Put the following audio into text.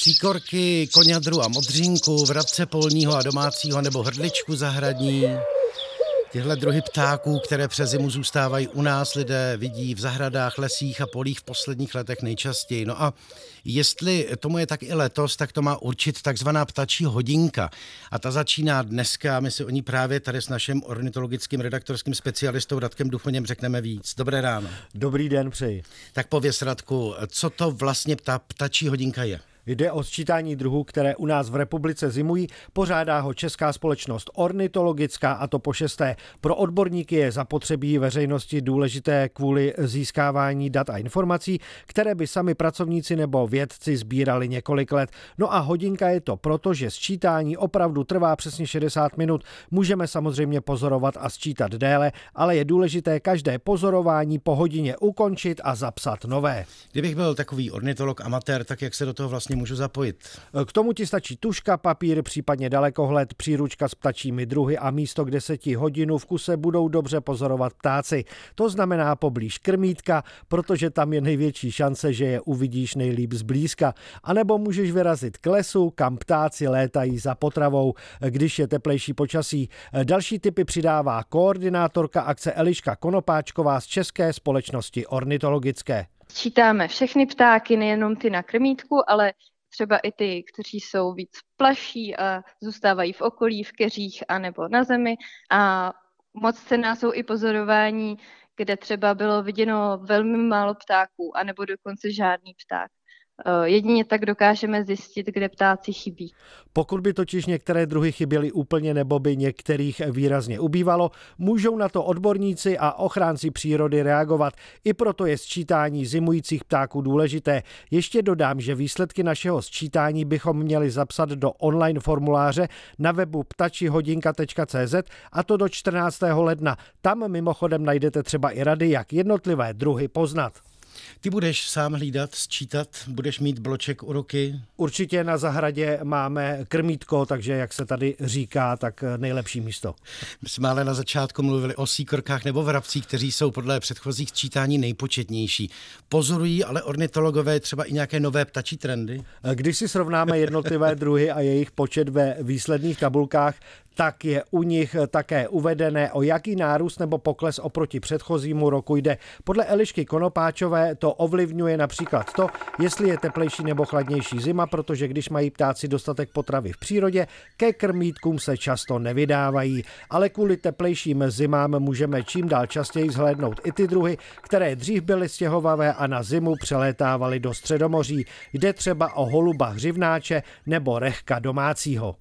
Síkorky, koňadru a modřínku, vrabce polního a domácího nebo hrdličku zahradní. Tyhle druhy ptáků, které přes zimu zůstávají u nás, lidé vidí v zahradách, lesích a polích v posledních letech nejčastěji. No a jestli tomu je tak i letos, tak to má určit takzvaná ptačí hodinka. A ta začíná dneska, my si o ní právě tady s naším ornitologickým redaktorským specialistou Radkem Duchoněm řekneme víc. Dobré ráno. Dobrý den přeji. Tak pověz, Radku, co to vlastně ta ptačí hodinka je? Jde o sčítání druhů, které u nás v republice zimují. Pořádá ho Česká společnost ornitologická, a to po6. Pro odborníky je zapotřebí veřejnosti důležité kvůli získávání dat a informací, které by sami pracovníci nebo vědci sbírali několik let. No a hodinka je to proto, že sčítání opravdu trvá přesně 60 minut. Můžeme samozřejmě pozorovat a sčítat déle, ale je důležité každé pozorování po hodině ukončit a zapsat nové. Kdybych byl takový ornitolog amatér, tak jak se do toho vlastně můžu zapojit? K tomu ti stačí tužka, papír, případně dalekohled, příručka s ptačími druhy a místo, kde se ti hodinu v kuse budou dobře pozorovat ptáci. To znamená poblíž krmítka, protože tam je největší šance, že je uvidíš nejlíp zblízka. A nebo můžeš vyrazit k lesu, kam ptáci létají za potravou, když je teplejší počasí. Další tipy přidává koordinátorka akce Eliška Konopáčková z České společnosti ornitologické. Sčítáme všechny ptáky, nejenom ty na krmítku, ale třeba i ty, kteří jsou víc plaší a zůstávají v okolí, v keřích a nebo na zemi. A moc cenná jsou i pozorování, kde třeba bylo viděno velmi málo ptáků, anebo dokonce žádný pták. Jedině tak dokážeme zjistit, kde ptáci chybí. Pokud by totiž některé druhy chyběly úplně nebo by některých výrazně ubývalo, můžou na to odborníci a ochránci přírody reagovat. I proto je sčítání zimujících ptáků důležité. Ještě dodám, že výsledky našeho sčítání bychom měli zapsat do online formuláře na webu ptačihodinka.cz, a to do 14. ledna. Tam mimochodem najdete třeba i rady, jak jednotlivé druhy poznat. Ty budeš sám hlídat, sčítat, budeš mít bloček u ruky? Určitě na zahradě máme krmítko, takže jak se tady říká, tak nejlepší místo. My jsme ale na začátku mluvili o síkorkách nebo vrabcích, kteří jsou podle předchozích sčítání nejpočetnější. Pozorují ale ornitologové třeba i nějaké nové ptačí trendy? Když si srovnáme jednotlivé druhy a jejich počet ve výsledných tabulkách, tak je u nich také uvedené, o jaký nárůst nebo pokles oproti předchozímu roku jde. Podle Elišky Konopáčové to ovlivňuje například to, jestli je teplejší nebo chladnější zima, protože když mají ptáci dostatek potravy v přírodě, ke krmítkům se často nevydávají. Ale kvůli teplejším zimám můžeme čím dál častěji zhlédnout i ty druhy, které dřív byly stěhovavé a na zimu přelétávaly do Středomoří. Jde třeba o holuba hřivnáče nebo rechka domácího.